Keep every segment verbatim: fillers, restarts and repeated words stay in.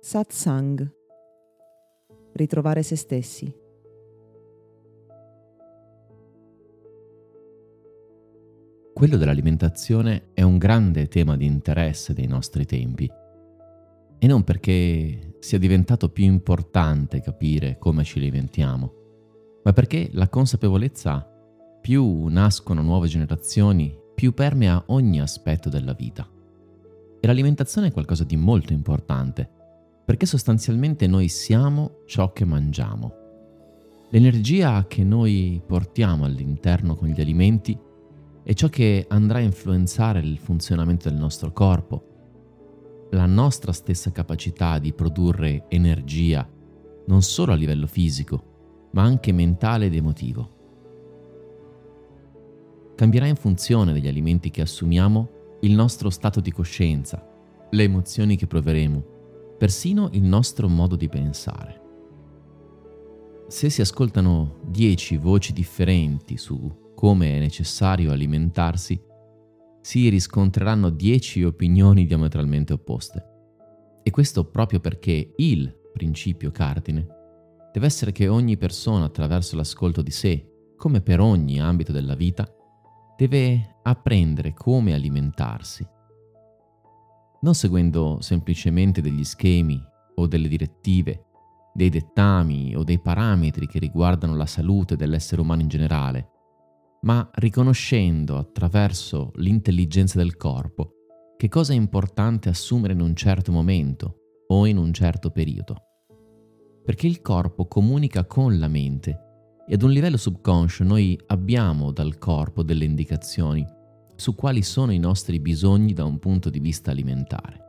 Satsang. Ritrovare se stessi. Quello dell'alimentazione è un grande tema di interesse dei nostri tempi, e non perché sia diventato più importante capire come ci alimentiamo, ma perché la consapevolezza, più nascono nuove generazioni, più permea ogni aspetto della vita. E l'alimentazione è qualcosa di molto importante, perché sostanzialmente noi siamo ciò che mangiamo. L'energia che noi portiamo all'interno con gli alimenti è ciò che andrà a influenzare il funzionamento del nostro corpo, la nostra stessa capacità di produrre energia, non solo a livello fisico, ma anche mentale ed emotivo. Cambierà in funzione degli alimenti che assumiamo il nostro stato di coscienza, le emozioni che proveremo, persino il nostro modo di pensare. Se si ascoltano dieci voci differenti su come è necessario alimentarsi, si riscontreranno dieci opinioni diametralmente opposte. E questo proprio perché il principio cardine deve essere che ogni persona, attraverso l'ascolto di sé, come per ogni ambito della vita, deve apprendere come alimentarsi, non seguendo semplicemente degli schemi o delle direttive, dei dettami o dei parametri che riguardano la salute dell'essere umano in generale, ma riconoscendo attraverso l'intelligenza del corpo che cosa è importante assumere in un certo momento o in un certo periodo. Perché il corpo comunica con la mente e ad un livello subconscio noi abbiamo dal corpo delle indicazioni su quali sono i nostri bisogni da un punto di vista alimentare.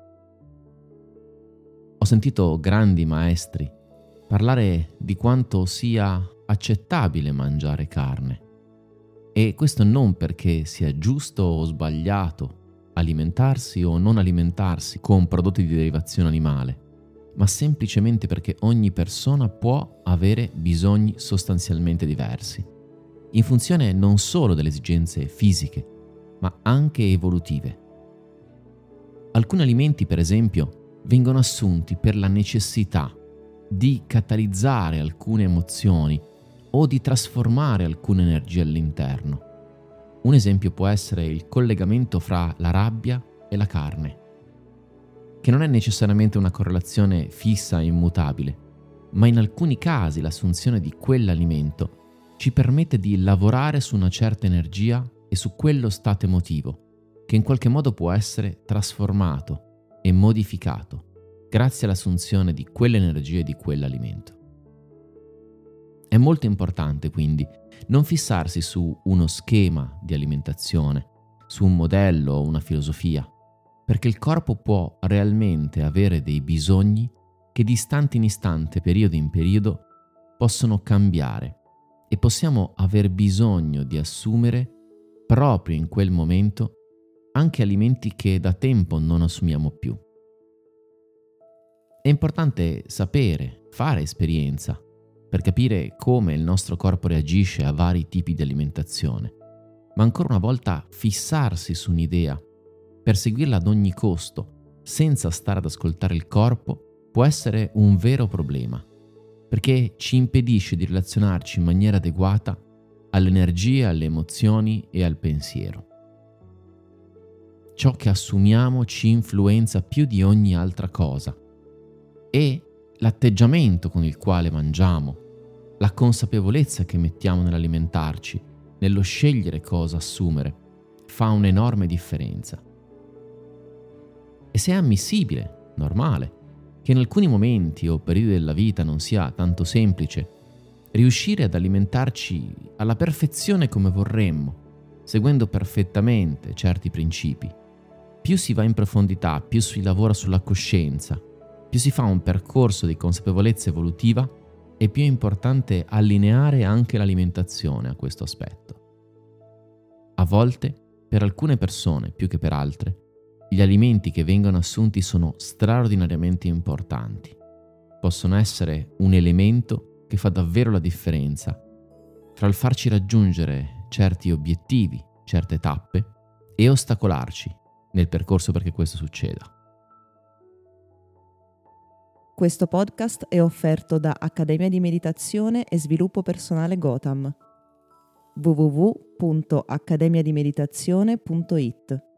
Ho sentito grandi maestri parlare di quanto sia accettabile mangiare carne, e questo non perché sia giusto o sbagliato alimentarsi o non alimentarsi con prodotti di derivazione animale, ma semplicemente perché ogni persona può avere bisogni sostanzialmente diversi, in funzione non solo delle esigenze fisiche, ma anche evolutive. Alcuni alimenti, per esempio, vengono assunti per la necessità di catalizzare alcune emozioni o di trasformare alcune energie all'interno. Un esempio può essere il collegamento fra la rabbia e la carne, che non è necessariamente una correlazione fissa e immutabile, ma in alcuni casi l'assunzione di quell'alimento ci permette di lavorare su una certa energia e su quello stato emotivo, che in qualche modo può essere trasformato e modificato grazie all'assunzione di quell'energia e di quell'alimento. È molto importante quindi non fissarsi su uno schema di alimentazione, su un modello o una filosofia, perché il corpo può realmente avere dei bisogni che di istante in istante, periodo in periodo, possono cambiare, e possiamo aver bisogno di assumere proprio in quel momento anche alimenti che da tempo non assumiamo più. È importante sapere, fare esperienza, per capire come il nostro corpo reagisce a vari tipi di alimentazione, ma ancora una volta fissarsi su un'idea, perseguirla ad ogni costo, senza stare ad ascoltare il corpo, può essere un vero problema, perché ci impedisce di relazionarci in maniera adeguata all'energia, alle emozioni e al pensiero. Ciò che assumiamo ci influenza più di ogni altra cosa, e l'atteggiamento con il quale mangiamo, la consapevolezza che mettiamo nell'alimentarci, nello scegliere cosa assumere, fa un'enorme differenza. E se è ammissibile, normale, che in alcuni momenti o periodi della vita non sia tanto semplice riuscire ad alimentarci alla perfezione come vorremmo, seguendo perfettamente certi principi, più si va in profondità, più si lavora sulla coscienza, più si fa un percorso di consapevolezza evolutiva, è più importante allineare anche l'alimentazione a questo aspetto. A volte, per alcune persone più che per altre, gli alimenti che vengono assunti sono straordinariamente importanti. Possono essere un elemento che fa davvero la differenza tra il farci raggiungere certi obiettivi, certe tappe, e ostacolarci nel percorso perché questo succeda. Questo podcast è offerto da Accademia di Meditazione e Sviluppo Personale Gotham. w w w punto accademia di meditazione punto i t